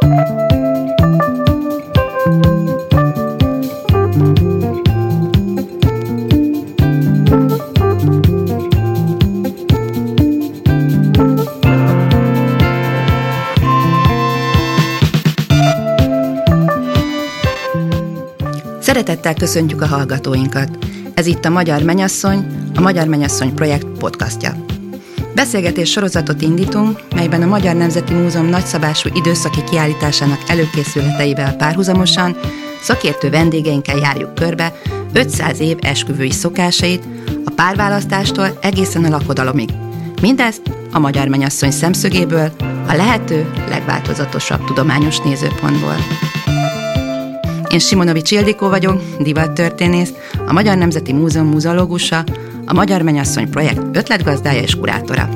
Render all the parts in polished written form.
Szeretettel köszöntjük a hallgatóinkat. Ez itt a Magyar Mennyasszony, a Magyar Mennyasszony projekt podcastja. Beszélgetés sorozatot indítunk, melyben a Magyar Nemzeti Múzeum nagyszabású időszaki kiállításának előkészületeivel párhuzamosan szakértő vendégeinkkel járjuk körbe 500 év esküvői szokásait, a párválasztástól egészen a lakodalomig. Mindezt a Magyar Mennyasszony szemszögéből, a lehető legváltozatosabb tudományos nézőpontból. Én Simonovics Ildikó vagyok, divattörténész, a Magyar Nemzeti Múzeum muzeológusa, a Magyar Mennyasszony projekt ötletgazdája és kurátora.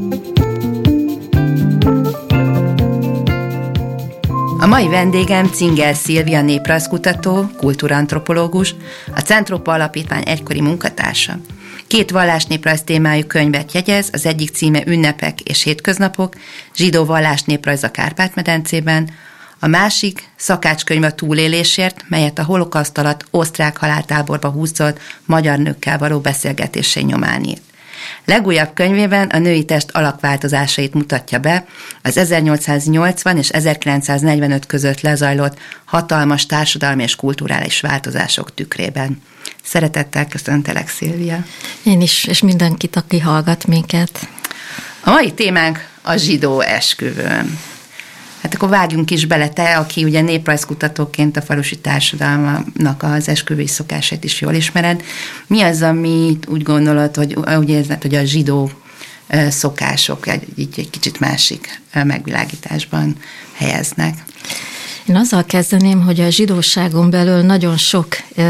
A mai vendégem Cingel Szilvia néprajzkutató, kultúraantropológus, a Centropa Alapítvány egykori munkatársa. 2 vallásnéprajz témájú könyvet jegyez, az egyik címe Ünnepek és hétköznapok, zsidó vallásnéprajz a Kárpát-medencében, a másik szakácskönyv a túlélésért, melyet a holokauszt alatt osztrák haláltáborba húzott magyar nőkkel való beszélgetései nyomán írt. Legújabb könyvében a női test alakváltozásait mutatja be az 1880 és 1945 között lezajlott hatalmas társadalmi és kulturális változások tükrében. Szeretettel köszöntelek, Szilvia. Én is, és mindenkit, aki hallgat minket. A mai témánk a zsidó esküvőn. Hát akkor vágjunk is bele, te, aki ugye néprajzkutatóként a falusi társadalomnak az esküvői szokásait is jól ismered. Mi az, amit úgy gondolod, hogy úgy érzed, hogy a zsidó szokások egy kicsit másik megvilágításban helyeznek? Én azzal kezdeném, hogy a zsidóságon belül nagyon sok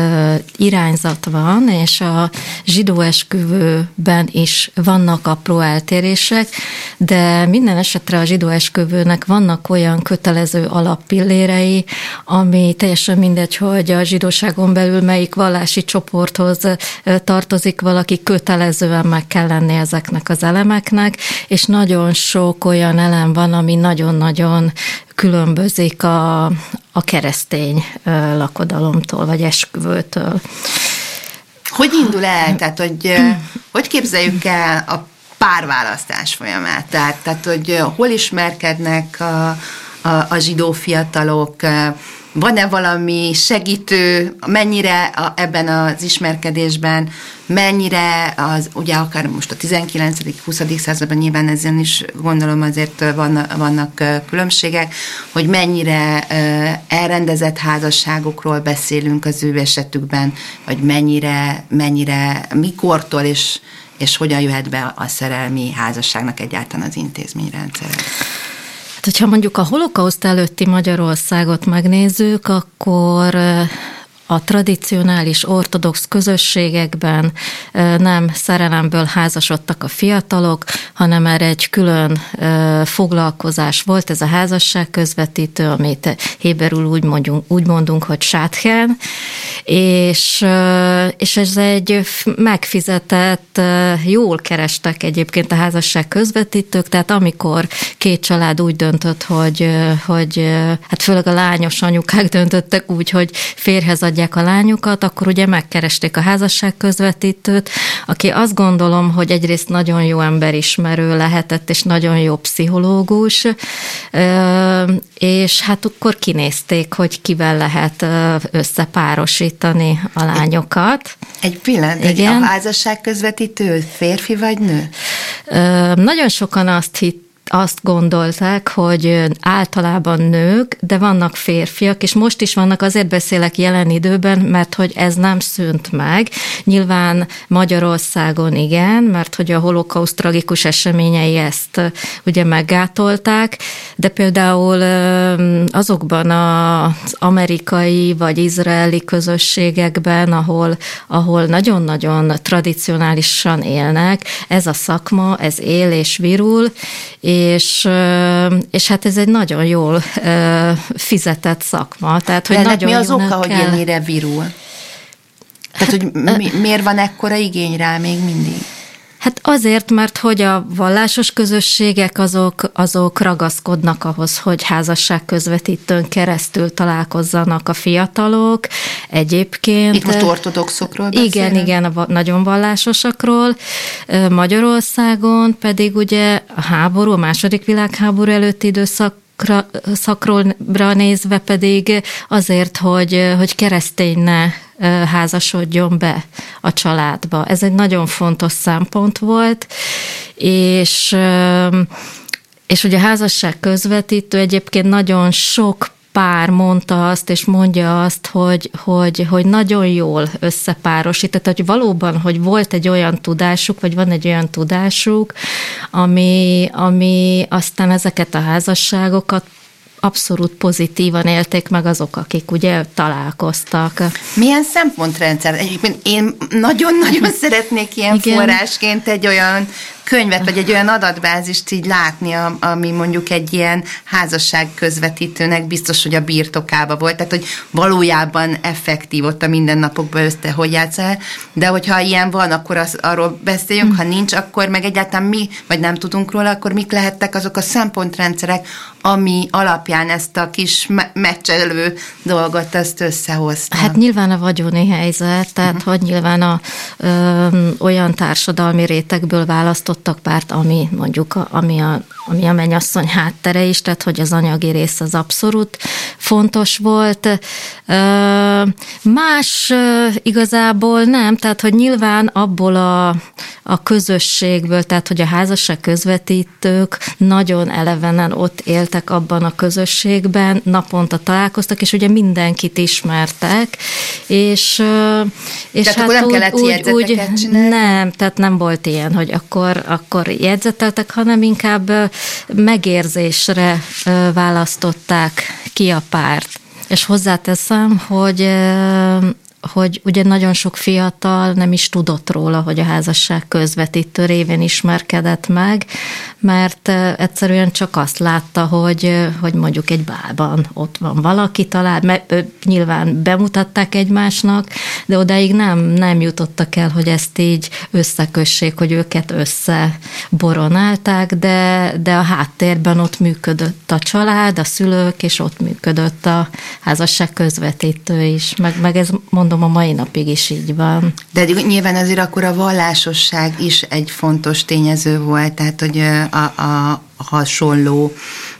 irányzat van, és a zsidó esküvőben is vannak apró eltérések, de minden esetre a zsidó esküvőnek vannak olyan kötelező alappillérei, ami teljesen mindegy, hogy a zsidóságon belül melyik vallási csoporthoz tartozik valaki, kötelezően meg kell lenni ezeknek az elemeknek, és nagyon sok olyan elem van, ami nagyon-nagyon különbözik a keresztény lakodalomtól, vagy esküvőtől. Hogy indul el? Tehát, hogy képzeljük el a párválasztás folyamát? Tehát hogy hol ismerkednek a zsidó fiatalok? Van-e valami segítő, mennyire ebben az ismerkedésben, mennyire ugye akár most a 19.-20. században nyilván ezen is gondolom azért vannak különbségek, hogy mennyire elrendezett házasságokról beszélünk az ő esetükben, vagy mennyire mikortól és hogyan jöhet be a szerelmi házasságnak egyáltalán az intézményrendszere. Hogyha mondjuk a holokauszt előtti Magyarországot megnézzük, akkor a tradicionális ortodox közösségekben nem szerelemből házasodtak a fiatalok, hanem erre egy külön foglalkozás volt, ez a házasság közvetítő, amit héberül úgy mondunk, hogy sáthen, és ez egy megfizetett, jól kerestek egyébként a házasság közvetítők, tehát amikor 2 család úgy döntött, hogy hát főleg a lányos anyukák döntöttek úgy, hogy férjhez adják a lányukat, akkor ugye megkeresték a házasság közvetítőt, aki azt gondolom, hogy egyrészt nagyon jó emberismerő lehetett, és nagyon jó pszichológus, és hát akkor kinézték, hogy kivel lehet összepárosítani a lányokat. Egy pillanat, a házasság közvetítő férfi vagy nő? Nagyon sokan azt gondolták, hogy általában nők, de vannak férfiak, és most is vannak, azért beszélek jelen időben, mert hogy ez nem szűnt meg. Nyilván Magyarországon igen, mert hogy a holokauszt tragikus eseményei ezt ugye meggátolták, de például azokban az amerikai vagy izraeli közösségekben, ahol nagyon-nagyon tradicionálisan élnek, ez a szakma, ez él és virul, és hát ez egy nagyon jól fizetett szakma. Tehát, hogy nagyon mi az oka, hogy ennyire virul? Tehát, hogy miért van ekkora igény rá még mindig? Hát azért, mert hogy a vallásos közösségek azok ragaszkodnak ahhoz, hogy házasság közvetítőn keresztül találkozzanak a fiatalok. Egyébként... Itt most ortodoxokról beszélünk? Igen, a nagyon vallásosakról. Magyarországon pedig ugye a második világháború előtti időszakról nézve pedig azért, hogy keresztény ne házasodjon be a családba. Ez egy nagyon fontos szempont volt, és ugye a házasság közvetítő egyébként nagyon sok pár mondta azt, és mondja azt, hogy nagyon jól összepárosít, tehát hogy valóban, hogy volt egy olyan tudásuk, vagy van egy olyan tudásuk, ami aztán ezeket a házasságokat abszolút pozitívan élték meg azok, akik ugye találkoztak. Milyen szempontrendszer? Egyébként én nagyon-nagyon szeretnék ilyen forrásként egy olyan könyvet, vagy egy olyan adatbázist így látni, ami mondjuk egy ilyen házasság közvetítőnek biztos, hogy a birtokába volt, tehát hogy valójában effektív ott a mindennapokban hogy játszál, de hogyha ilyen van, akkor arról beszéljünk, ha nincs, akkor meg egyáltalán mi, vagy nem tudunk róla, akkor mik lehettek azok a szempontrendszerek, ami alapján ezt a kis meccselő dolgot ezt összehozta. Hát nyilván a vagyoni helyzet, tehát hogy nyilván olyan társadalmi rétegből választottak párt, ami mondjuk ami a mennyasszony háttere is, tehát hogy az anyagi rész az abszolút fontos volt. Más igazából nem, tehát hogy nyilván abból a közösségből, tehát hogy a házasság közvetítők nagyon elevenen ott éltek abban a közösségben, naponta találkoztak, és ugye mindenkit ismertek, és tehát hát akkor nem kellett jegyzeteket csinálni? Nem, tehát nem volt ilyen, hogy akkor jegyzeteltek, hanem inkább megérzésre választották ki a párt. És hozzáteszem, hogy ugye nagyon sok fiatal nem is tudott róla, hogy a házasság közvetítő révén ismerkedett meg, mert egyszerűen csak azt látta, hogy mondjuk egy bálban ott van valaki talán, nyilván bemutatták egymásnak, de odáig nem jutottak el, hogy ezt így összekössék, hogy őket összeboronálták, de a háttérben ott működött a család, a szülők, és ott működött a házasság közvetítő is, meg ez mondom, a mai napig is így van. De nyilván azért akkor a vallásosság is egy fontos tényező volt, tehát hogy a hasonló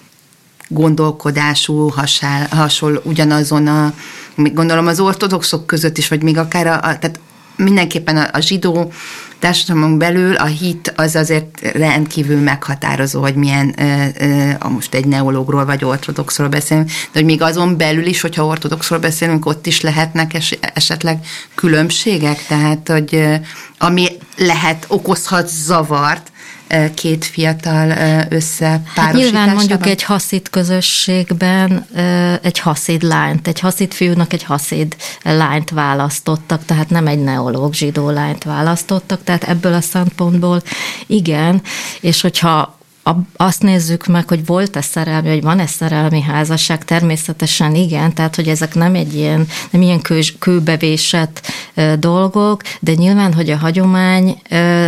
gondolkodású, hasonló ugyanazon gondolom az ortodoxok között is, vagy még akár tehát mindenképpen a zsidó társadalmon belül a hit az azért rendkívül meghatározó, hogy milyen, most egy neológról vagy ortodoxról beszélünk, de hogy még azon belül is, hogyha ortodoxról beszélünk, ott is lehetnek esetleg különbségek, tehát, hogy ami okozhat zavart két fiatal összepárosításában? Hát nyilván mondjuk egy haszid közösségben egy haszid lányt, egy haszid fiúnak egy haszid lányt választottak, tehát nem egy neológ zsidó lányt választottak, tehát ebből a szempontból igen, és hogyha azt nézzük meg, hogy volt-e szerelmi, vagy van-e szerelmi házasság, természetesen igen, tehát hogy ezek nem ilyen kőbevésett dolgok, de nyilván, hogy a hagyomány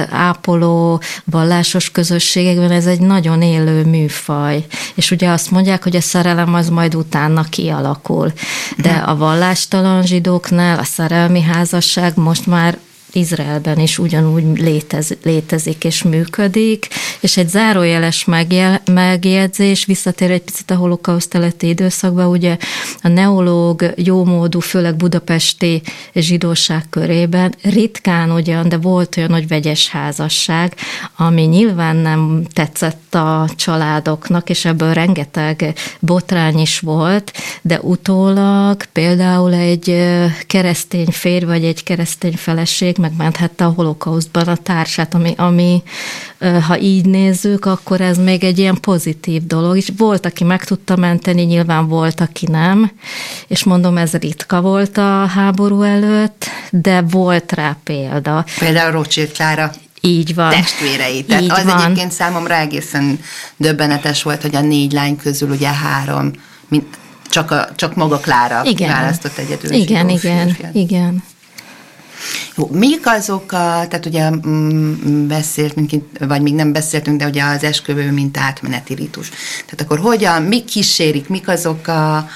ápoló vallásos közösségekben ez egy nagyon élő műfaj. És ugye azt mondják, hogy a szerelem az majd utána kialakul. De a vallástalan zsidóknál a szerelmi házasság most már Izraelben is ugyanúgy létezik és működik, és egy zárójeles megjegyzés, visszatér egy picit a holokauszt előtti időszakban, ugye a neológ jómódú, főleg budapesti zsidóság körében ritkán ugyan, de volt olyan, hogy vegyes házasság, ami nyilván nem tetszett a családoknak, és ebből rengeteg botrány is volt, de utólag például egy keresztény férj, vagy egy keresztény feleség megmenthette a holokausztban a társát, ami ha így nézzük, akkor ez még egy ilyen pozitív dolog. És volt, aki meg tudta menteni, nyilván volt, aki nem, és mondom, ez ritka volt a háború előtt, de volt rá példa. Például Rothschild Klára így van. Testvérei. Tehát az van. Egyébként számomra egészen döbbenetes volt, hogy a 4 lány közül ugye 3, csak maga Klára választott egyedül. Igen. Jó, mik azok tehát ugye beszéltünk, vagy még nem beszéltünk, de ugye az esküvő, mint átmeneti ritus. Tehát akkor hogyan, mik kísérik, mik azok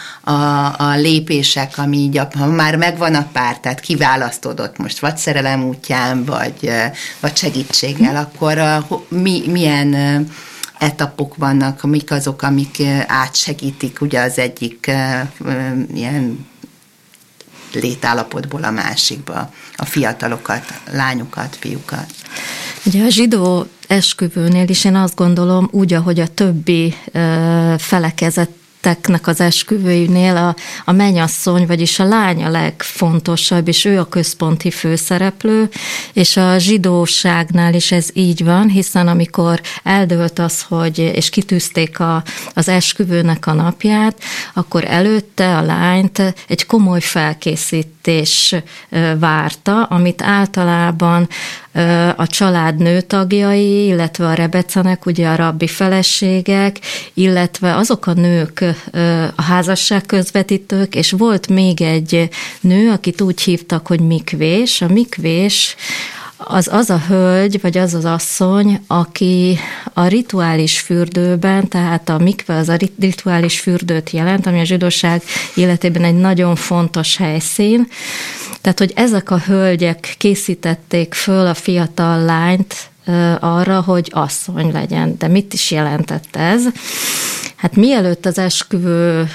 a lépések, ami így, ha már megvan a pár, tehát kiválasztódott most, vagy szerelem útján, vagy segítséggel, akkor milyen etapok vannak, mik azok, amik átsegítik ugye az egyik ilyen létállapotból a másikba a fiatalokat, lányokat, fiúkat. Ugye a zsidó esküvőnél is én azt gondolom, úgy, ahogy a többi felekezeteknek az esküvőinél a mennyasszony, vagyis a lány a legfontosabb, és ő a központi főszereplő, és a zsidóságnál is ez így van, hiszen amikor eldőlt az, és kitűzték az esküvőnek a napját, akkor előtte a lányt egy komoly felkészítés várta, amit általában a család nőtagjai, illetve a rebecenek, ugye a rabbi feleségek, illetve azok a nők, a házasság közvetítők, és volt még egy nő, akit úgy hívtak, hogy mikvés. A mikvés az a hölgy, vagy az asszony, aki a rituális fürdőben, tehát a mikve az a rituális fürdőt jelent, ami a zsidóság életében egy nagyon fontos helyszín. Tehát, hogy ezek a hölgyek készítették föl a fiatal lányt arra, hogy asszony legyen. De mit is jelentett ez? Hát mielőtt az esküvő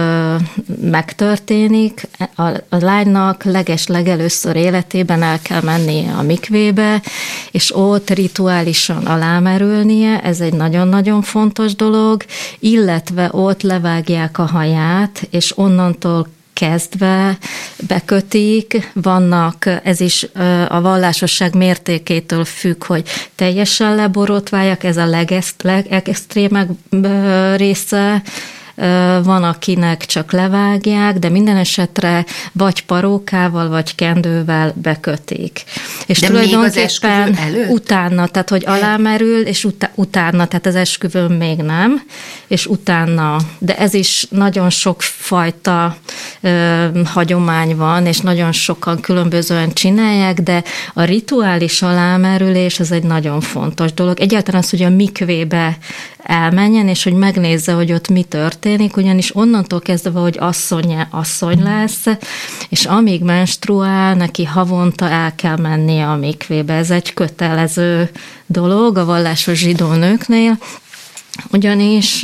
megtörténik, a lánynak legelőször életében el kell mennie a mikvébe, és ott rituálisan alámerülnie, ez egy nagyon-nagyon fontos dolog, illetve ott levágják a haját, és onnantól kezdve bekötik, vannak, ez is a vallásosság mértékétől függ, hogy teljesen leborotválják, ez a legextrémebb része, van, akinek csak levágják, de minden esetre vagy parókával, vagy kendővel bekötik. És de tulajdonképpen utána, tehát hogy alámerül, és utána, tehát az esküvőn még nem, és utána, de ez is nagyon sok fajta hagyomány van, és nagyon sokan különbözően csinálják, de a rituális alámerülés az egy nagyon fontos dolog. Egyáltalán az, hogy a mikvébe elmenjen, és hogy megnézze, hogy ott mi történik, ugyanis onnantól kezdve, hogy asszony lesz, és amíg menstruál, neki havonta el kell mennie a mikvébe. Ez egy kötelező dolog a vallásos zsidó nőknél, ugyanis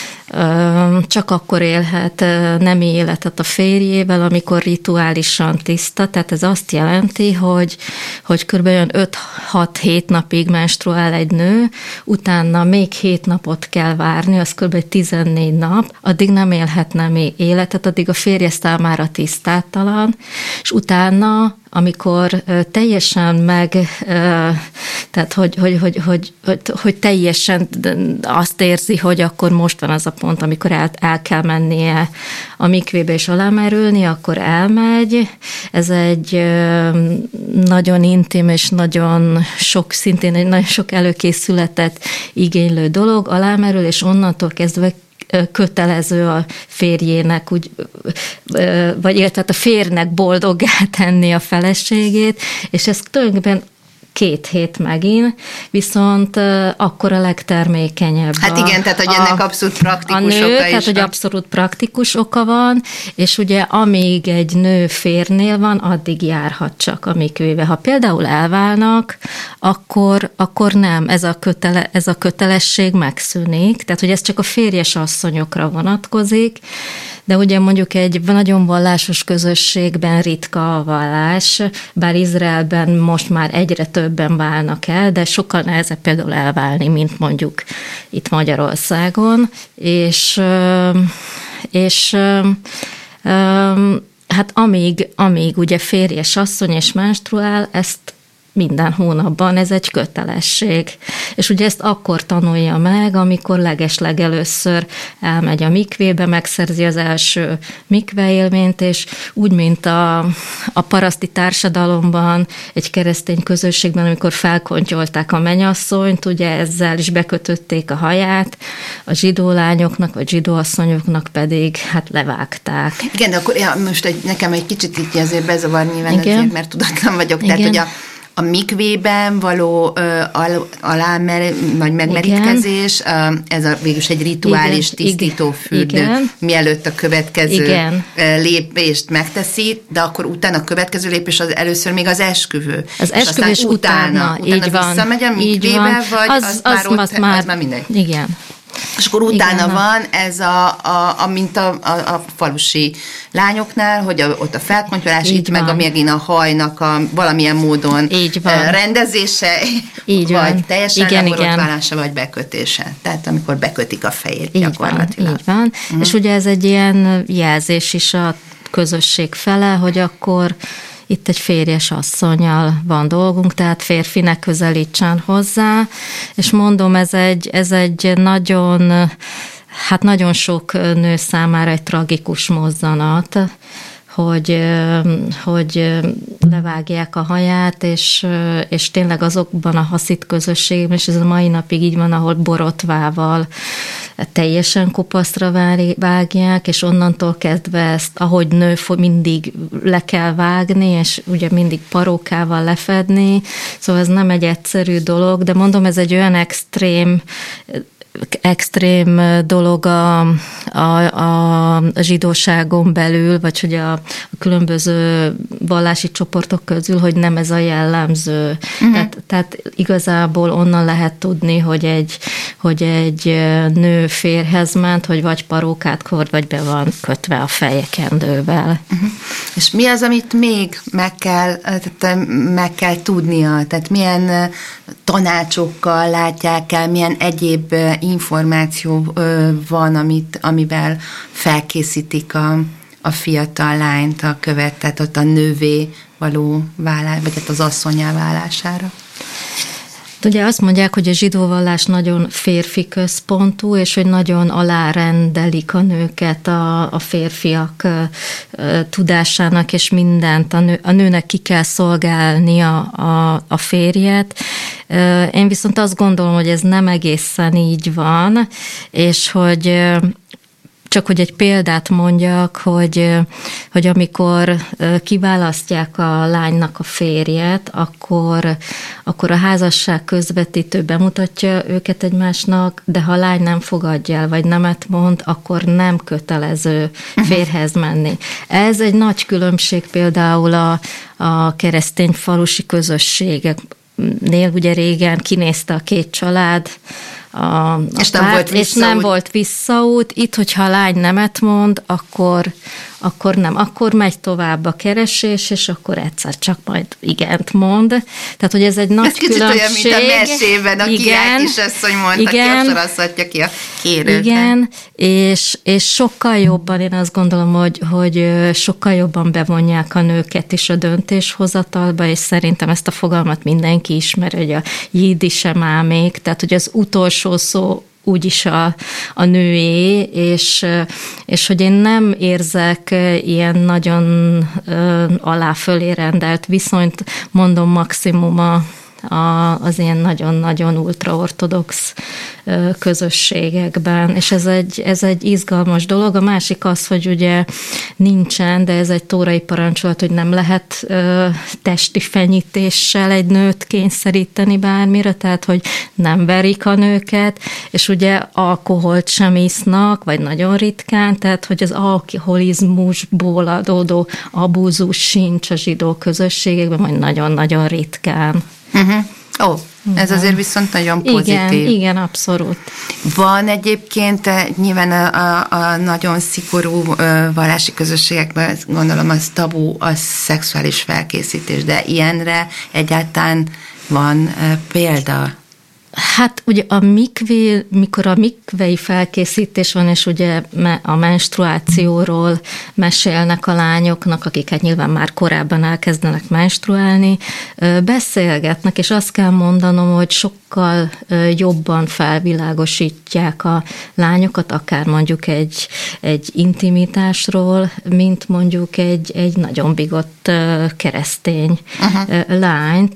csak akkor élhet nemi életet a férjével, amikor rituálisan tiszta, tehát ez azt jelenti, hogy kb. 5-6-7 napig menstruál egy nő, utána még 7 napot kell várni, az kb. 14 nap, addig nem élhet nemi életet, addig a férje számára tisztátalan, és utána, amikor teljesen tehát hogy teljesen azt érzi, hogy akkor most van az a pont, amikor el kell mennie a mikvébe és alámerülni, akkor elmegy. Ez egy nagyon intim és szintén egy nagyon sok előkészületet igénylő dolog, alámerül, és onnantól kezdve kötelező a férjének, vagy illetve a férjnek boldoggá tenni a feleségét, és ez tulajdonképpen 2 hét megint, viszont akkor a legtermékenyebb. Hát igen, tehát hogy ennek abszolút praktikus oka is. Tehát, hogy abszolút praktikus oka van, és ugye amíg egy nő férjnél van, addig járhat csak a mikvébe. Ha például elválnak, akkor nem, ez a kötelesség megszűnik, tehát hogy ez csak a férjes asszonyokra vonatkozik, de ugye mondjuk egy nagyon vallásos közösségben ritka a vallás, bár Izraelben most már egyre többen válnak el, de sokkal nehezebb például elválni, mint mondjuk itt Magyarországon, és hát amíg ugye férjes asszony és menstruál, ezt minden hónapban, ez egy kötelesség. És ugye ezt akkor tanulja meg, amikor legeslegelőször elmegy a mikvébe, megszerzi az első mikveélményt, és úgy, mint a paraszti társadalomban, egy keresztény közösségben, amikor felkontyolták a mennyasszonyt, ugye ezzel is bekötötték a haját, a zsidó lányoknak, vagy zsidó asszonyoknak pedig hát levágták. Igen, de akkor most nekem egy kicsit itt azért bezavar nyilván, azért, mert tudatlan vagyok. Igen. Tehát, hogy a mikvében való vagy megmerítkezés, ez végülis egy rituális tisztítófürdő, mielőtt a következő lépést megteszi, de akkor utána a következő lépés az először még az esküvő. Az esküvés utána így van. Visszamegy a mikvébe, vagy az már mindegy? Igen. És akkor utána van ez mint a falusi lányoknál, hogy ott a felkontyolás, itt meg a megint a hajnak a valamilyen módon rendezése, vagy teljesen leborotválása, vagy bekötése. Tehát amikor bekötik a fejét gyakorlatilag. Így van. És ugye ez egy ilyen jelzés is a közösség fele, hogy akkor itt egy férjes asszonnyal van dolgunk, tehát férfi ne közelítsen hozzá, és mondom, ez egy nagyon, hát nagyon sok nő számára egy tragikus mozzanat, hogy levágják a haját, és tényleg azokban a haszit közösségben, és ez a mai napig így van, ahol borotvával teljesen kopaszra vágják, és onnantól kezdve ezt, ahogy nő, mindig le kell vágni, és ugye mindig parókával lefedni, szóval ez nem egy egyszerű dolog, de mondom, ez egy olyan extrém dolog a zsidóságon belül, vagy hogy a különböző vallási csoportok közül, hogy nem ez a jellemző. Tehát igazából onnan lehet tudni, hogy egy nő férhez ment, hogy vagy parókát hord, vagy be van kötve a feje kendővel. És mi az, amit még meg kell tudnia? Tehát milyen tanácsokkal látják el, milyen egyéb információ van, amivel felkészítik a fiatal lányt tehát ott a nővé való válás, vagy hát az asszonnyá válására? Ugye azt mondják, hogy a zsidó vallás nagyon férfi központú, és hogy nagyon alárendelik a nőket a férfiak tudásának, és mindent. A nőnek ki kell szolgálnia a férjet. Én viszont azt gondolom, hogy ez nem egészen így van, és hogy csak hogy egy példát mondjak, hogy amikor kiválasztják a lánynak a férjet, akkor a házasság közvetítő bemutatja őket egymásnak, de ha a lány nem fogadja el, vagy nemet mond, akkor nem kötelező férhez menni. Ez egy nagy különbség például a keresztény falusi közösségeknél, ugye régen kinézte a két család, és nem volt visszaút. Itt, hogyha a lány nemet mond, akkor nem. Akkor megy tovább a keresés, és akkor egyszer csak majd igent mond. Tehát, hogy ez egy nagy különbség. Ez kicsit olyan, mint a mesében, a király kisasszony mondta, ki a soraszatja ki a kérőt. Igen, és sokkal jobban, én azt gondolom, hogy sokkal jobban bevonják a nőket is a döntéshozatalba, és szerintem ezt a fogalmat mindenki ismer, hogy a jiddise mámék, tehát, hogy az utolsó szó úgyis a nőé, és hogy én nem érzek ilyen nagyon alá-fölé rendelt viszonyt, mondom maximum az ilyen nagyon-nagyon ultraortodox közösségekben, és ez egy izgalmas dolog. A másik az, hogy ugye nincsen, de ez egy tórai parancsolat, hogy nem lehet testi fenyítéssel egy nőt kényszeríteni bármire, tehát hogy nem verik a nőket, és ugye alkoholt sem isznak, vagy nagyon ritkán, tehát hogy az alkoholizmusból adódó abúzus sincs a zsidó közösségekben, vagy nagyon-nagyon ritkán. Ez azért viszont nagyon pozitív. Igen, abszolút. Van egyébként nyilván a nagyon szigorú vallási közösségekben, gondolom az tabu, a szexuális felkészítés, de ilyenre egyáltalán van példa? Hát ugye mikor a mikvei felkészítés van, és ugye a menstruációról mesélnek a lányoknak, akik hát nyilván már korábban elkezdenek menstruálni, beszélgetnek, és azt kell mondanom, hogy sokkal jobban felvilágosítják a lányokat, akár mondjuk egy intimitásról, mint mondjuk egy nagyon bigott keresztény lányt,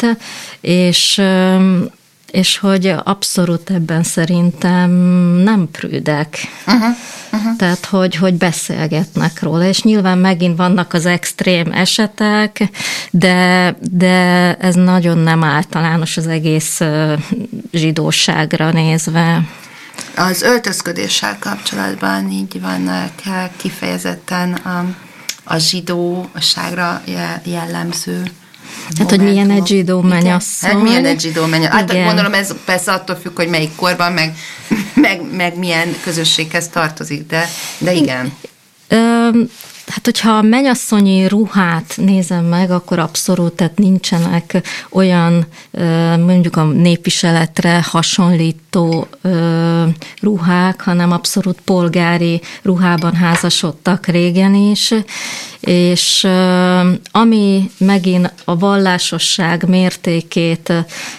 és hogy abszolút ebben szerintem nem prűdek. Tehát, hogy beszélgetnek róla, és nyilván megint vannak az extrém esetek, de ez nagyon nem általános az egész zsidóságra nézve. Az öltözködéssel kapcsolatban így vannak kifejezetten a zsidóságra jellemző. Hát, hogy milyen egy zsidó mennyasszony. Hát milyen egy zsidó mennyasszony. Hát gondolom, ez persze attól függ, hogy melyik korban, meg milyen közösséghez tartozik, de igen. Hát, hogyha a mennyasszonyi ruhát nézem meg, akkor abszolút, tehát nincsenek olyan mondjuk a népviseletre hasonlító ruhák, hanem abszolút polgári ruhában házasodtak régen is, és ami megint a vallásosság mértékét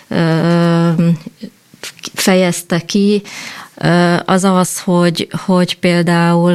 fejezte ki, az, hogy például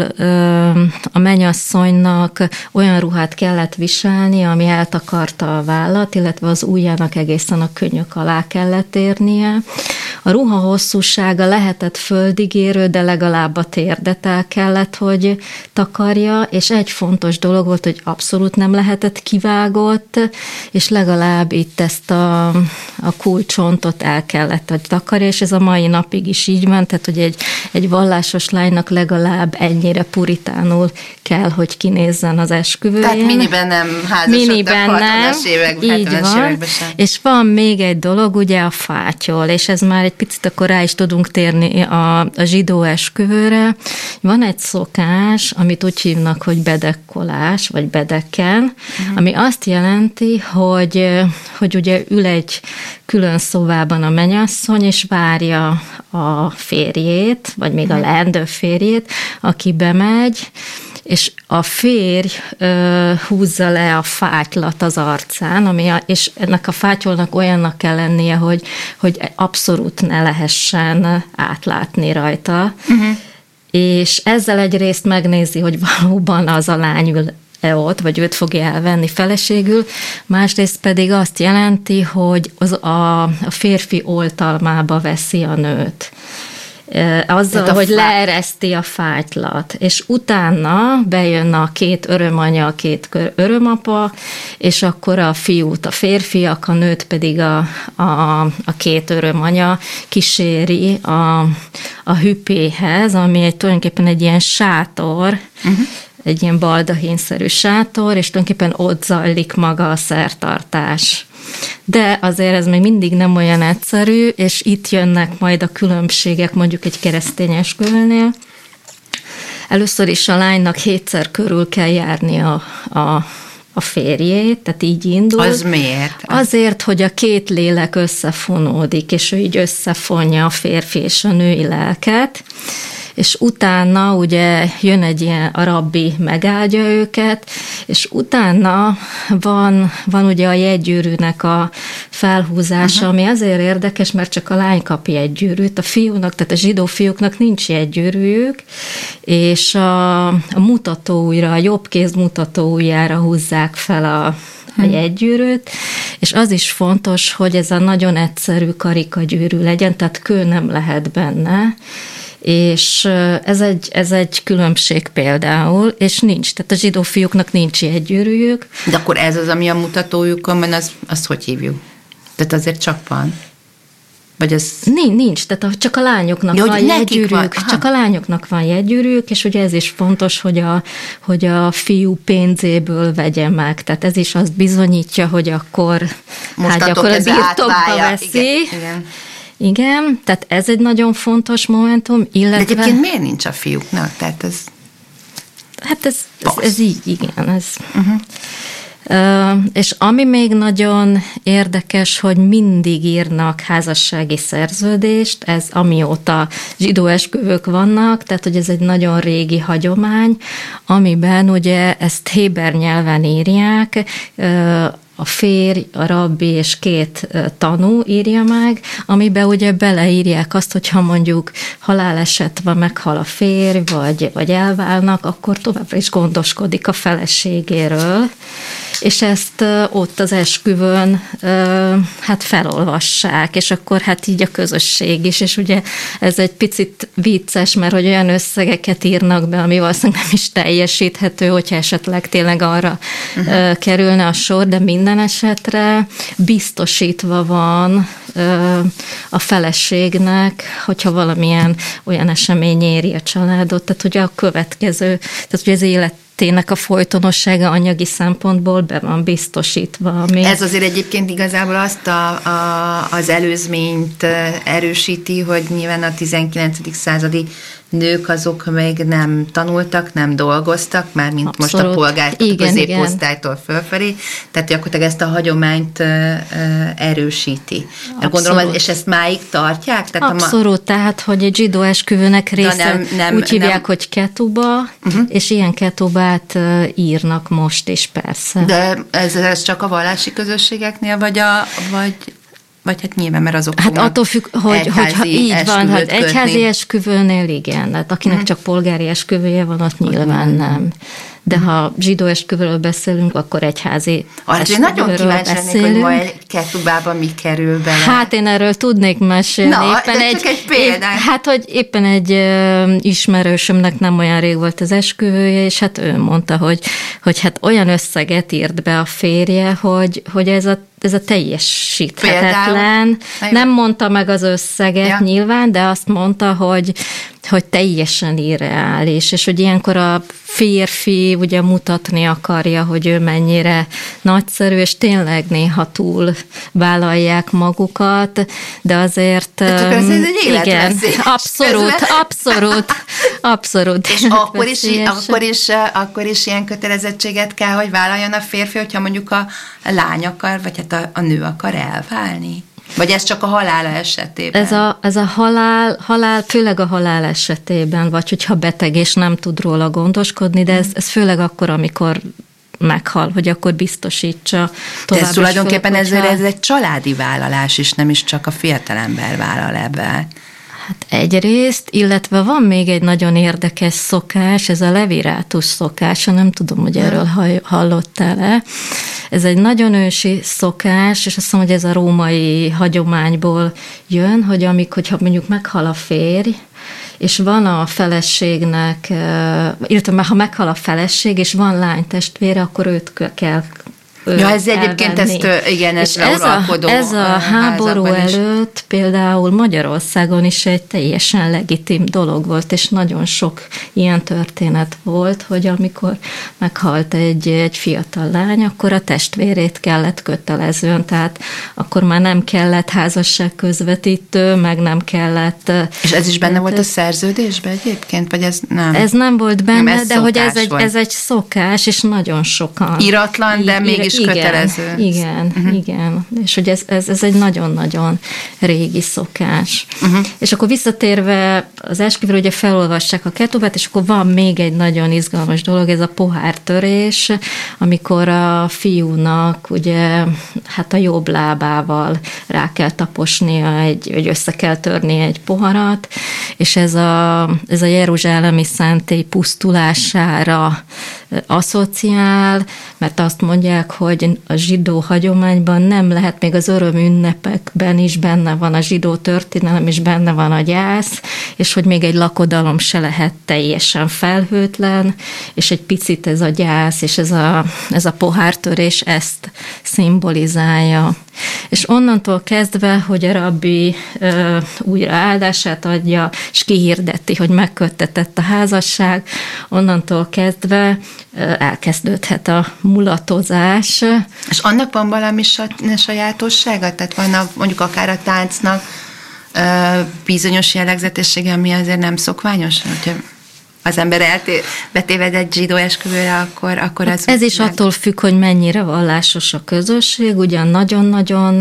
a mennyasszonynak olyan ruhát kellett viselni, ami eltakarta a vállat, illetve az ujjának egészen a könnyök alá kellett érnie. A ruha hosszúsága lehetett földig érő, de legalább a térdet el kellett, hogy takarja, és egy fontos dolog volt, hogy abszolút nem lehetett kivágott, és legalább itt ezt a kulcsontot el kellett, hogy takarja, és ez a mai napig is így van, tehát hogy egy vallásos lánynak legalább ennyire puritánul kell, hogy kinézzen az esküvőjén. Tehát miniben nem házasodtak 60-as években, 70-es években sem. És van még egy dolog, ugye a fátyol, és ez már egy picit akkor rá is tudunk térni a zsidó esküvőre. Van egy szokás, amit úgy hívnak, hogy bedekkolás, vagy bedeken, ami azt jelenti, hogy ugye ül egy külön szobában a mennyasszony, és várja a férjét, vagy még a leendő férjét, aki bemegy, és a férj húzza le a fátylat az arcán, és ennek a fátyolnak olyannak kell lennie, hogy abszolút ne lehessen átlátni rajta. És ezzel egyrészt megnézi, hogy valóban az a lány ül ott, vagy őt fogja elvenni feleségül, másrészt pedig azt jelenti, hogy a férfi oltalmába veszi a nőt. Azzal, hogy leereszti a fátylat, és utána bejön a két örömanya, a két örömapa, és akkor a fiút a férfiak, a nőt pedig a két örömanya kíséri a hüppéhez, ami tulajdonképpen egy ilyen sátor, egy ilyen baldahínszerű sátor, és tulajdonképpen ott zajlik maga a szertartás. De azért ez még mindig nem olyan egyszerű, és itt jönnek majd a különbségek mondjuk egy keresztény esküvőnél. Először is a lánynak 7-szer körül kell járni a férjét, tehát így indul. Az miért? Azért, hogy a két lélek összefonódik, és ő így összefonja a férfi és a női lelket, és utána ugye jön egy ilyen, a rabbi megáldja őket, és utána van ugye a jegygyűrűnek a felhúzása, ami azért érdekes, mert csak a lány kap jegygyűrűt, a fiúnak, tehát a zsidó fiúknak nincs jegygyűrűjük, és a mutatóujjra, a jobb kéz mutatóujjára húzzák fel a jegygyűrűt, és az is fontos, hogy ez a nagyon egyszerű karikagyűrű legyen, tehát kő nem lehet benne, és ez egy különbség például, és nincs, tehát a zsidó fiúknak nincs jegygyűrűjük. De akkor ez az, ami a mutatójukon van, azt hogy hívjuk? Tehát azért csak van? Vagy ez... Nincs, tehát csak a lányoknak van jegygyűrűjük, csak a lányoknak van jegygyűrűjük, és ugye ez is fontos, hogy a fiú pénzéből vegye meg, tehát ez is azt bizonyítja, hogy akkor akkor a birtokba veszi. Igen. Igen, tehát ez egy nagyon fontos momentum, illetve... De egyébként miért nincs a fiúknak? Tehát ez... Hát ez így, igen. Ez. És ami még nagyon érdekes, hogy mindig írnak házassági szerződést, ez amióta zsidó esküvők vannak, tehát hogy ez egy nagyon régi hagyomány, amiben ugye ezt héber nyelven írják, a férj, a rabbi és 2 tanú írja meg, amiben ugye beleírják azt, hogyha mondjuk haláleset van, meghal a férj, vagy elválnak, akkor továbbra is gondoskodik a feleségéről, és ezt ott az esküvőn hát felolvassák, és akkor hát így a közösség is, és ugye ez egy picit vicces, mert hogy olyan összegeket írnak be, ami valószínűleg nem is teljesíthető, hogyha esetleg tényleg arra kerülne a sor, de minden esetre biztosítva van a feleségnek, hogyha valamilyen olyan esemény éri a családot, tehát hogy a következő, tehát hogy az életének a folytonossága anyagi szempontból be van biztosítva. Ez azért egyébként igazából azt az előzményt erősíti, hogy nyilván a 19. századi nők azok még nem tanultak, nem dolgoztak, már mint abszolút. Most a polgár középosztálytól fölfelé, tehát gyakorlatilag ezt a hagyományt erősíti. Gondolom, és ezt máig tartják? Tehát abszolút, tehát hogy egy zsidó esküvőnek része úgy hívják, hogy ketuba, és ilyen ketubát írnak most is persze. De ez csak a vallási közösségeknél, vagy hát nyilván, mert azok hát attól függ, hogy így van, hát egyházi esküvőnél igen, hát akinek csak polgári esküvője van, ott nyilván nem. De ha zsidó esküvőről beszélünk, akkor egyházi esküvőről nagyon kíváncsi lennék, hogy ma egy ketubában mi kerül bele. Hát én erről tudnék mesélni. Na, éppen csak egy példát. Hát, hogy éppen egy ismerősömnek nem olyan rég volt az esküvője, és hát ő mondta, hogy hát olyan összeget írt be a férje, hogy ez a teljesíthetetlen. Nem mondta meg az összeget nyilván, de azt mondta, hogy teljesen irreális, és hogy ilyenkor a férfi ugye mutatni akarja, hogy ő mennyire nagyszerű, és tényleg néha túl vállalják magukat, de azért... Ez egy igen, abszolút. És akkor is ilyen kötelezettséget kell, hogy vállaljon a férfi, hogyha mondjuk a lány akar, vagy hát a nő akar elválni? Vagy ez csak a halála esetében? Ez a halál, főleg a halál esetében, vagy hogyha beteg és nem tud róla gondoskodni, de ez főleg akkor, amikor meghal, hogy akkor biztosítsa tovább. De ez tulajdonképpen ez egy családi vállalás is, nem is csak a fiatalember vállal ebben. Hát egyrészt, illetve van még egy nagyon érdekes szokás, ez a levirátus szokása, nem tudom, hogy erről hallottál-e. Ez egy nagyon ősi szokás, és azt mondom, hogy ez a római hagyományból jön, hogy hogyha mondjuk meghal a férj, és van a feleségnek, illetve ha meghal a feleség, és van lánytestvére, akkor őt kell ez egyébként ez uralkodó. Ez a háború előtt például Magyarországon is egy teljesen legitim dolog volt, és nagyon sok ilyen történet volt, hogy amikor meghalt egy fiatal lány, akkor a testvérét kellett kötelezően, tehát akkor már nem kellett házasságközvetítő, meg nem kellett... És ez is benne volt a szerződésben egyébként, vagy ez nem? Ez nem volt benne, nem, de hogy ez egy szokás, és nagyon sokan... Iratlan, de mégis kötelező. Igen. És hogy ez egy nagyon-nagyon régi szokás. És akkor visszatérve az esküvőre, ugye felolvassák a ketubát, és akkor van még egy nagyon izgalmas dolog, ez a pohártörés, amikor a fiúnak ugye hát a jobb lábával rá kell taposnia, vagy össze kell törnie egy poharat, és ez a jeruzsálemi szentély pusztulására asszociál, mert azt mondják, hogy a zsidó hagyományban nem lehet, még az örömünnepekben is benne van a zsidó történelem, és benne van a gyász, és hogy még egy lakodalom se lehet teljesen felhőtlen, és egy picit ez a gyász, és ez a pohártörés ezt szimbolizálja. És onnantól kezdve, hogy a rabbi újra áldását adja, és kihirdeti, hogy megköttetett a házasság, onnantól kezdve elkezdődhet a mulatozás. És annak van valami sajátossága? Tehát vannak mondjuk akár a táncnak bizonyos jellegzetessége, ami azért nem szokványos? az ember betévedett zsidó esküvőre, akkor az... Ez is attól függ, hogy mennyire vallásos a közösség, ugyan nagyon-nagyon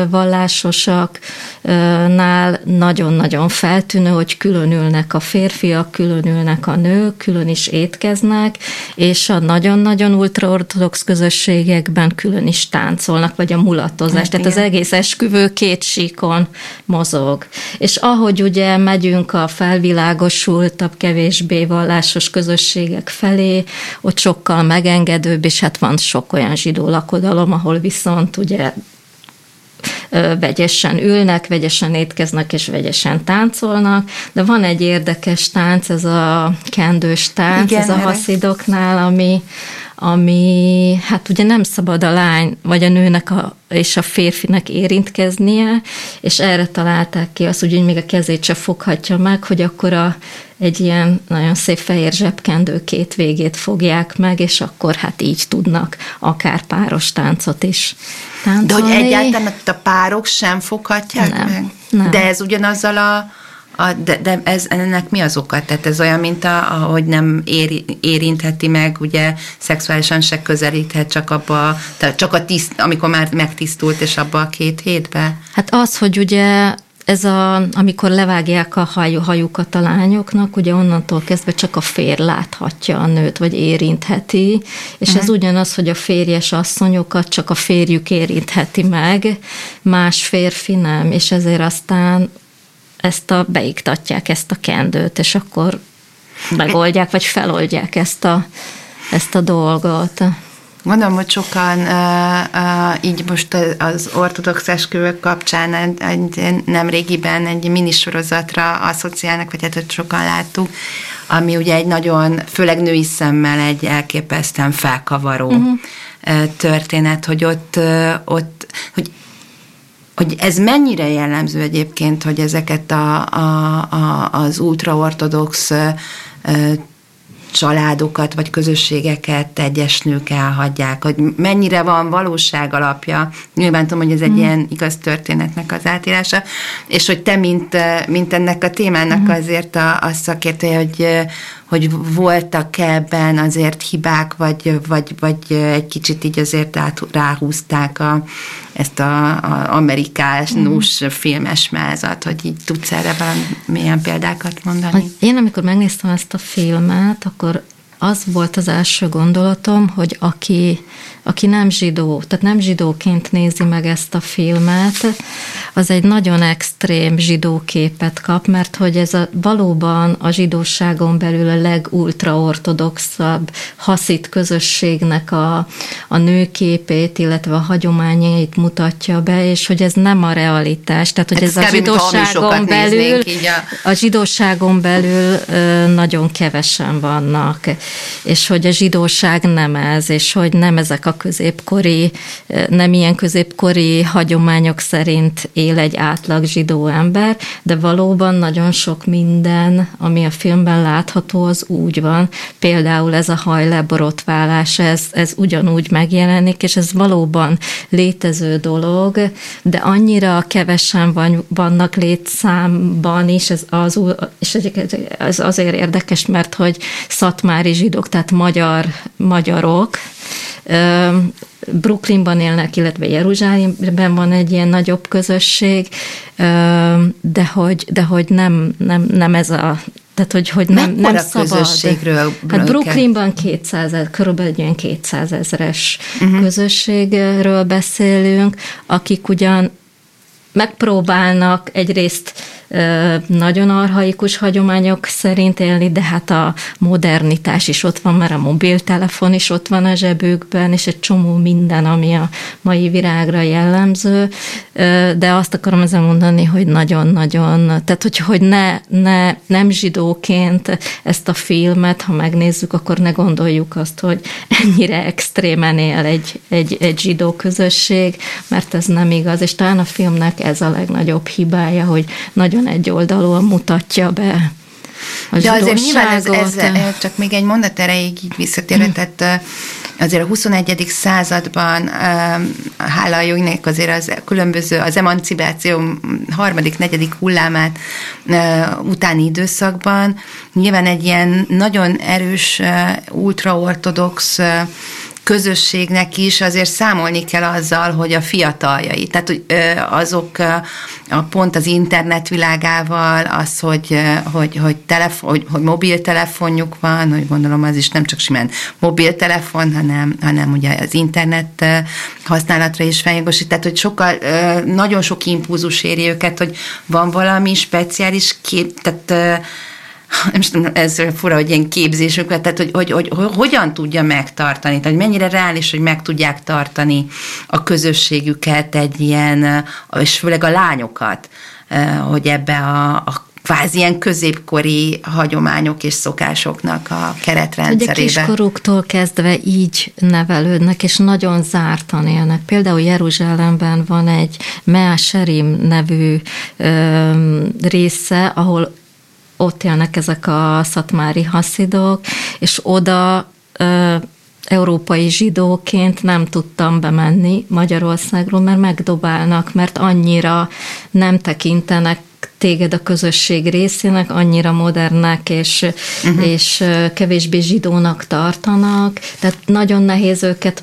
vallásosaknál nagyon-nagyon feltűnő, hogy különülnek a férfiak, különülnek a nők, külön is étkeznek, és a nagyon-nagyon ultraortodox közösségekben külön is táncolnak, vagy a mulatozás. Hát tehát igen. az egész esküvő két síkon mozog. És ahogy ugye megyünk a felvilágosultabb, kevésbé vallásos közösségek felé, ott sokkal megengedőbb, és hát van sok olyan zsidó lakodalom, ahol viszont ugye vegyesen ülnek, vegyesen étkeznek és vegyesen táncolnak, de van egy érdekes tánc, ez a kendős tánc, igen, ez a haszidoknál, ami hát ugye nem szabad a lány vagy a nőnek és a férfinek érintkeznie, és erre találták ki azt, hogy még a kezét se foghatja meg, hogy akkor egy ilyen nagyon szép fehér zsebkendő két végét fogják meg, és akkor hát így tudnak akár páros táncot is táncolni. De hogy egyáltalán a párok sem foghatják meg? Nem. De ez ugyanazzal de ennek mi az oka? Tehát ez olyan, mint ahogy nem érintheti meg, ugye szexuálisan se közelíthet csak amikor már megtisztult, és abba a 2 hétbe? Hát az, hogy ugye amikor levágják a hajukat a lányoknak, ugye onnantól kezdve csak a férj láthatja a nőt, vagy érintheti, és ez ugyanaz, hogy a férjes asszonyokat csak a férjük érintheti meg, más férfi nem, és ezért aztán beiktatják ezt a kendőt, és akkor megoldják, vagy feloldják ezt a dolgot. Gondolom, hogy sokan így most az ortodox esküvők kapcsán nemrégiben egy minisorozatra asszociálnak, vagy hát hogy sokan láttuk, ami ugye egy nagyon, főleg női szemmel egy elképesztően felkavaró történet, hogy hogy ez mennyire jellemző egyébként, hogy ezeket az ultraortodox családokat vagy közösségeket egyes nők elhagyják, hogy mennyire van valóság alapja. Nyilván tudom, hogy ez egy ilyen igaz történetnek az átírása, és hogy te, mint ennek a témának azért a szakértője, hogy voltak ebben azért hibák, vagy egy kicsit így azért ráhúzták ezt az amerikánus filmes mázat, hogy így tudsz erre valamilyen példákat mondani? Én amikor megnéztem ezt a filmet, akkor az volt az első gondolatom, hogy aki nem zsidó, tehát nem zsidóként nézi meg ezt a filmet, az egy nagyon extrém zsidó képet kap, mert hogy ez valóban a zsidóságon belül a legultraortodoxabb haszid közösségnek a nőképét, illetve a hagyományait mutatja be, és hogy ez nem a realitás, tehát hogy ez a zsidóságon belül nagyon kevesen vannak, és hogy a zsidóság nem ez, és hogy nem ezek a nem ilyen középkori hagyományok szerint él egy átlag zsidó ember, de valóban nagyon sok minden, ami a filmben látható, az úgy van. Például ez a hajleborotválás, ez ugyanúgy megjelenik, és ez valóban létező dolog, de annyira kevesen vannak létszámban is, és ez azért érdekes, mert hogy szatmári zsidók, tehát magyarok, Brooklynban élnek, illetve Jeruzsálemben van egy ilyen nagyobb közösség, de hogy nem ez a... Tehát, hogy nem szabad. Közösségről? Hát Brooklynban körülbelül egy ilyen 200 000 közösségről beszélünk, akik ugyan megpróbálnak egyrészt nagyon archaikus hagyományok szerint élni, de hát a modernitás is ott van, mert a mobiltelefon is ott van a zsebükben, és egy csomó minden, ami a mai virágra jellemző, de azt akarom ezzel mondani, hogy nagyon-nagyon, tehát hogy nem zsidóként ezt a filmet, ha megnézzük, akkor ne gondoljuk azt, hogy ennyire extrémen él egy zsidó közösség, mert ez nem igaz, és talán a filmnek ez a legnagyobb hibája, hogy nagyon egyoldalúan mutatja be a de zsidóságot. azért nyilván ez csak még egy mondat erejéig így visszatérve, tehát azért a 21. században, hála a jognak azért az különböző, az emancipáció harmadik, negyedik hullámát utáni időszakban nyilván egy ilyen nagyon erős, ultraortodox közösségnek is azért számolni kell azzal, hogy a fiataljai, tehát azok pont az internet világával, az, hogy mobiltelefonjuk van, hogy gondolom az is nem csak simán mobiltelefon, hanem ugye az internet használatra is feljogosít, tehát hogy sokkal, nagyon sok impulzus éri őket, hogy van valami speciális tehát ez fura, hogy ilyen képzésük, tehát hogy hogyan tudja megtartani, tehát mennyire reális, hogy meg tudják tartani a közösségüket egy ilyen, és főleg a lányokat, hogy ebbe a kvázi ilyen középkori hagyományok és szokásoknak a keretrendszerébe. Ugye kiskoruktól kezdve így nevelődnek, és nagyon zártan élnek. Például Jeruzsálemben van egy Mea Shearim nevű része, ahol ott élnek ezek a szatmári haszidok, és oda európai zsidóként nem tudtam bemenni Magyarországról, mert megdobálnak, mert annyira nem tekintenek téged a közösség részének, annyira modernek és kevésbé zsidónak tartanak, tehát nagyon nehéz őket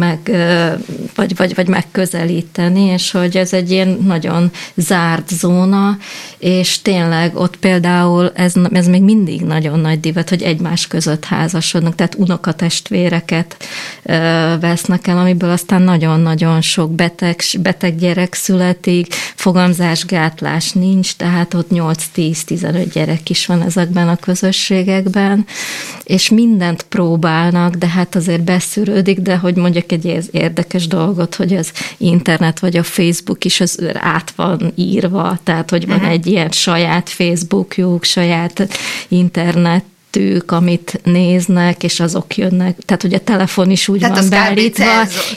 vagy megközelíteni, és hogy ez egy ilyen nagyon zárt zóna, és tényleg ott például ez még mindig nagyon nagy divat, hogy egymás között házasodnak, tehát unokatestvéreket vesznek el, amiből aztán nagyon-nagyon sok beteg gyerek születik, fogamzásgátlás nincs, tehát ott 8-10-15 gyerek is van ezekben a közösségekben, és mindent próbálnak, de hát azért beszűrődik, de hogy mondjak egy érdekes dolgot, hogy az internet vagy a Facebook is az át van írva, tehát hogy van egy ilyen saját Facebookjuk, saját internet, amit néznek, és azok jönnek. Tehát, hogy a telefon is úgy van beállítva.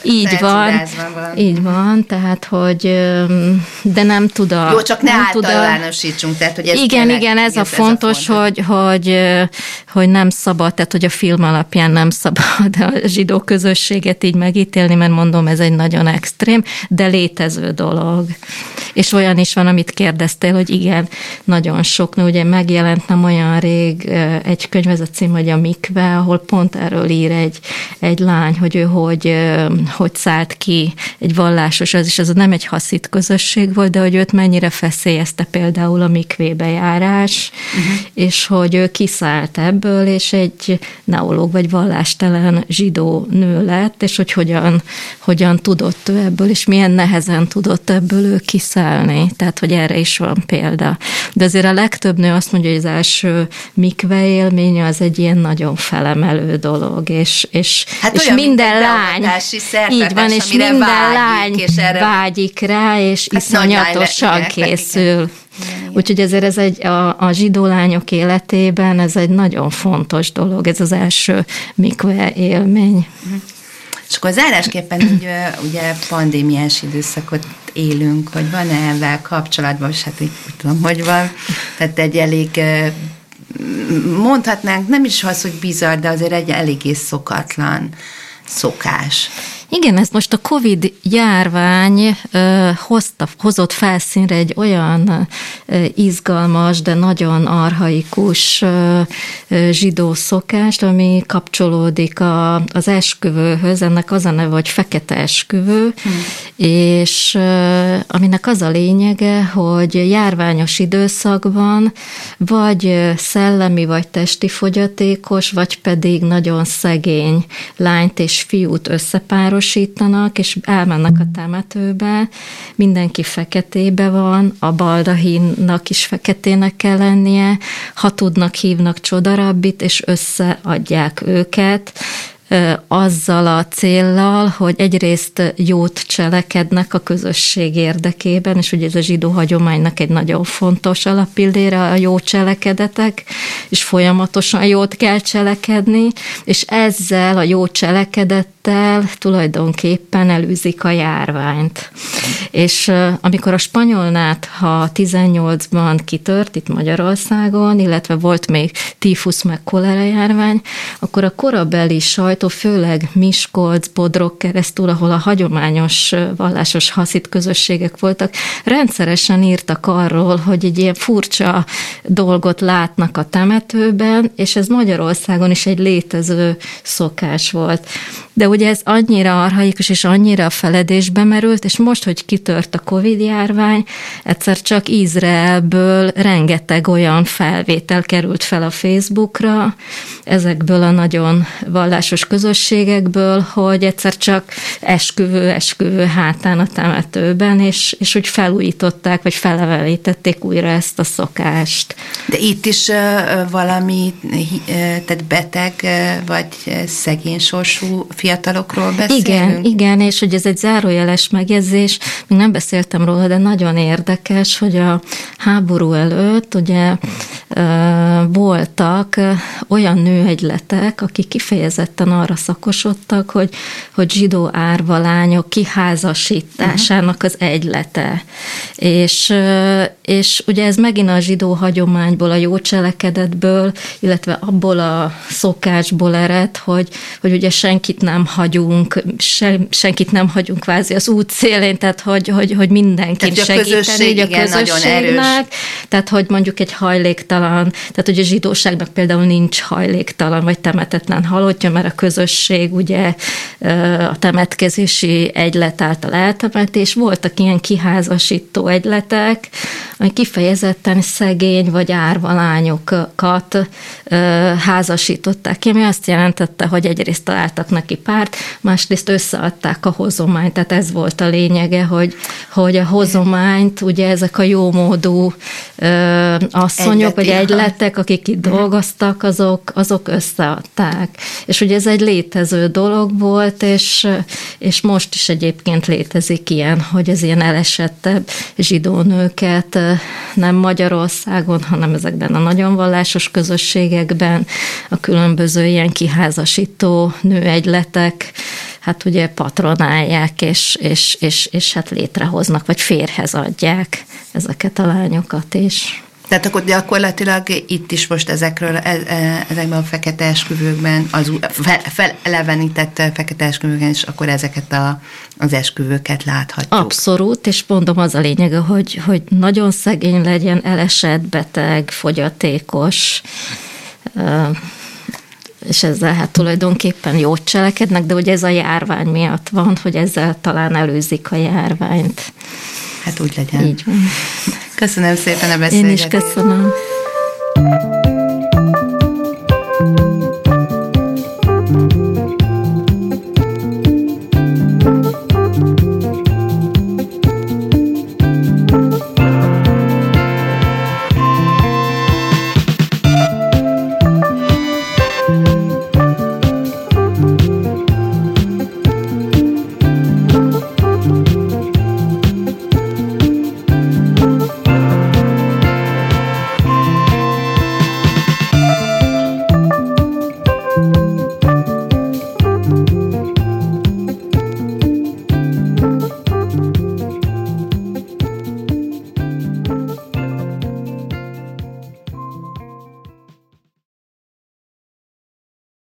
Így van, tehát, hogy de nem tud a... Jó, csak ne általánosítsunk, tehát, hogy ez igen, ez a fontos, hogy nem szabad, tehát, hogy a film alapján nem szabad a zsidó közösséget így megítélni, mert mondom, ez egy nagyon extrém, de létező dolog. És olyan is van, amit kérdeztél, hogy igen, nagyon sok, ugye megjelent nem olyan rég egy könyv, ez a cím, hogy a Mikve, ahol pont erről ír egy lány, hogy ő hogy szállt ki egy vallásos, az nem egy haszid közösség volt, de hogy őt mennyire feszélyezte például a mikvébe járás, és hogy ő kiszállt ebből, és egy neológ vagy vallástelen zsidó nő lett, és hogy hogyan tudott ő ebből, és milyen nehezen tudott ebből ő kiszállni. Tehát, hogy erre is van példa. De azért a legtöbb nő azt mondja, hogy az első mikve élménye az egy ilyen nagyon felemelő dolog, és minden lány, így van, és minden lány vágyik rá, és iszonyatosan készül. Úgyhogy ezért ez a zsidó lányok életében ez egy nagyon fontos dolog, ez az első mikve élmény. És akkor zárásképpen ugye pandémiás időszakot élünk, hogy van-e ezzel kapcsolatban, és hát így tudom, hogy van. Tehát egy elég, mondhatnánk, nem is az, hogy bizarr, de azért egy eléggé szokatlan szokás. Igen, ez most a Covid járvány hozott felszínre egy olyan izgalmas, de nagyon archaikus zsidó szokást, ami kapcsolódik az esküvőhöz, ennek az a neve, hogy fekete esküvő, és aminek az a lényege, hogy járványos időszakban vagy szellemi, vagy testi fogyatékos, vagy pedig nagyon szegény lányt és fiút összepárosítanak, és elmennek a temetőbe, mindenki feketébe van, a baldahínnak is feketének kell lennie, ha tudnak, hívnak csodarabbit, és összeadják őket, azzal a céllal, hogy egyrészt jót cselekednek a közösség érdekében, és ugye ez a zsidó hagyománynak egy nagyon fontos alappillére a jó cselekedetek, és folyamatosan jót kell cselekedni, és ezzel a jó cselekedettel hittel tulajdonképpen elűzik a járványt. És amikor a spanyolnátha 18-ban kitört itt Magyarországon, illetve volt még tífusz meg kolera járvány, akkor a korabeli sajtó, főleg Miskolc, Bodrog keresztül, ahol a hagyományos vallásos haszid közösségek voltak, rendszeresen írtak arról, hogy egy ilyen furcsa dolgot látnak a temetőben, és ez Magyarországon is egy létező szokás volt. De ugye ez annyira archaikus és annyira feledésbe merült, és most, hogy kitört a Covid-járvány, egyszer csak Izraelből rengeteg olyan felvétel került fel a Facebookra, ezekből a nagyon vallásos közösségekből, hogy egyszer csak esküvő hátán a temetőben, és úgy felújították, vagy felevelítették újra ezt a szokást. De itt is valami, tehát beteg, vagy szegény sorsú fiatalokról beszélünk? Igen, és hogy ez egy zárójeles megjegyzés, még nem beszéltem róla, de nagyon érdekes, hogy a háború előtt ugye voltak olyan nőegyletek, akik kifejezetten arra szakosodtak, hogy zsidó árvalányok kiházasításának az egylete. És ugye ez megint a zsidó hagyományból, a jó cselekedetből, illetve abból a szokásból ered, hogy ugye senkit nem hagyunk kvázi az út szélén, tehát hogy mindenkin segíteni, így a közösségnek. Tehát, hogy mondjuk egy hajléktalan, tehát hogy a zsidóságnak például nincs hajléktalan, vagy temetetlen halottja, mert a közösség ugye a temetkezési egylet által eltemet, és voltak ilyen kiházasító egyletek, ami kifejezetten szegény vagy árvalányokat házasították ki, ami azt jelentette, hogy egyrészt találtak neki párt, másrészt összeadták a hozományt, tehát ez volt a lényege, hogy a hozományt, ugye ezek a jómódú asszonyok, vagy egyletek, akik itt dolgoztak, azok összeadták. És ugye ez egy létező dolog volt, és most is egyébként létezik ilyen, hogy ez ilyen elesettebb zsidó nőket nem Magyarországon, hanem ezekben a nagyon vallásos közösségekben a különböző ilyen kiházasító nőegyletek hát ugye patronálják, és hát létrehoznak, vagy férhez adják ezeket a lányokat is. Tehát akkor gyakorlatilag itt is most ezekben a fekete esküvőkben, az felelevenített fekete esküvőkben is akkor ezeket az esküvőket láthatjuk. Abszolút, és mondom, az a lényege, hogy nagyon szegény legyen, elesett, beteg, fogyatékos, és ezzel hát tulajdonképpen jót cselekednek, de ugye ez a járvány miatt van, hogy ezzel talán előzik a járványt. Hát úgy legyen. Így van. Köszönöm szépen a beszélgetést. Én is köszönöm.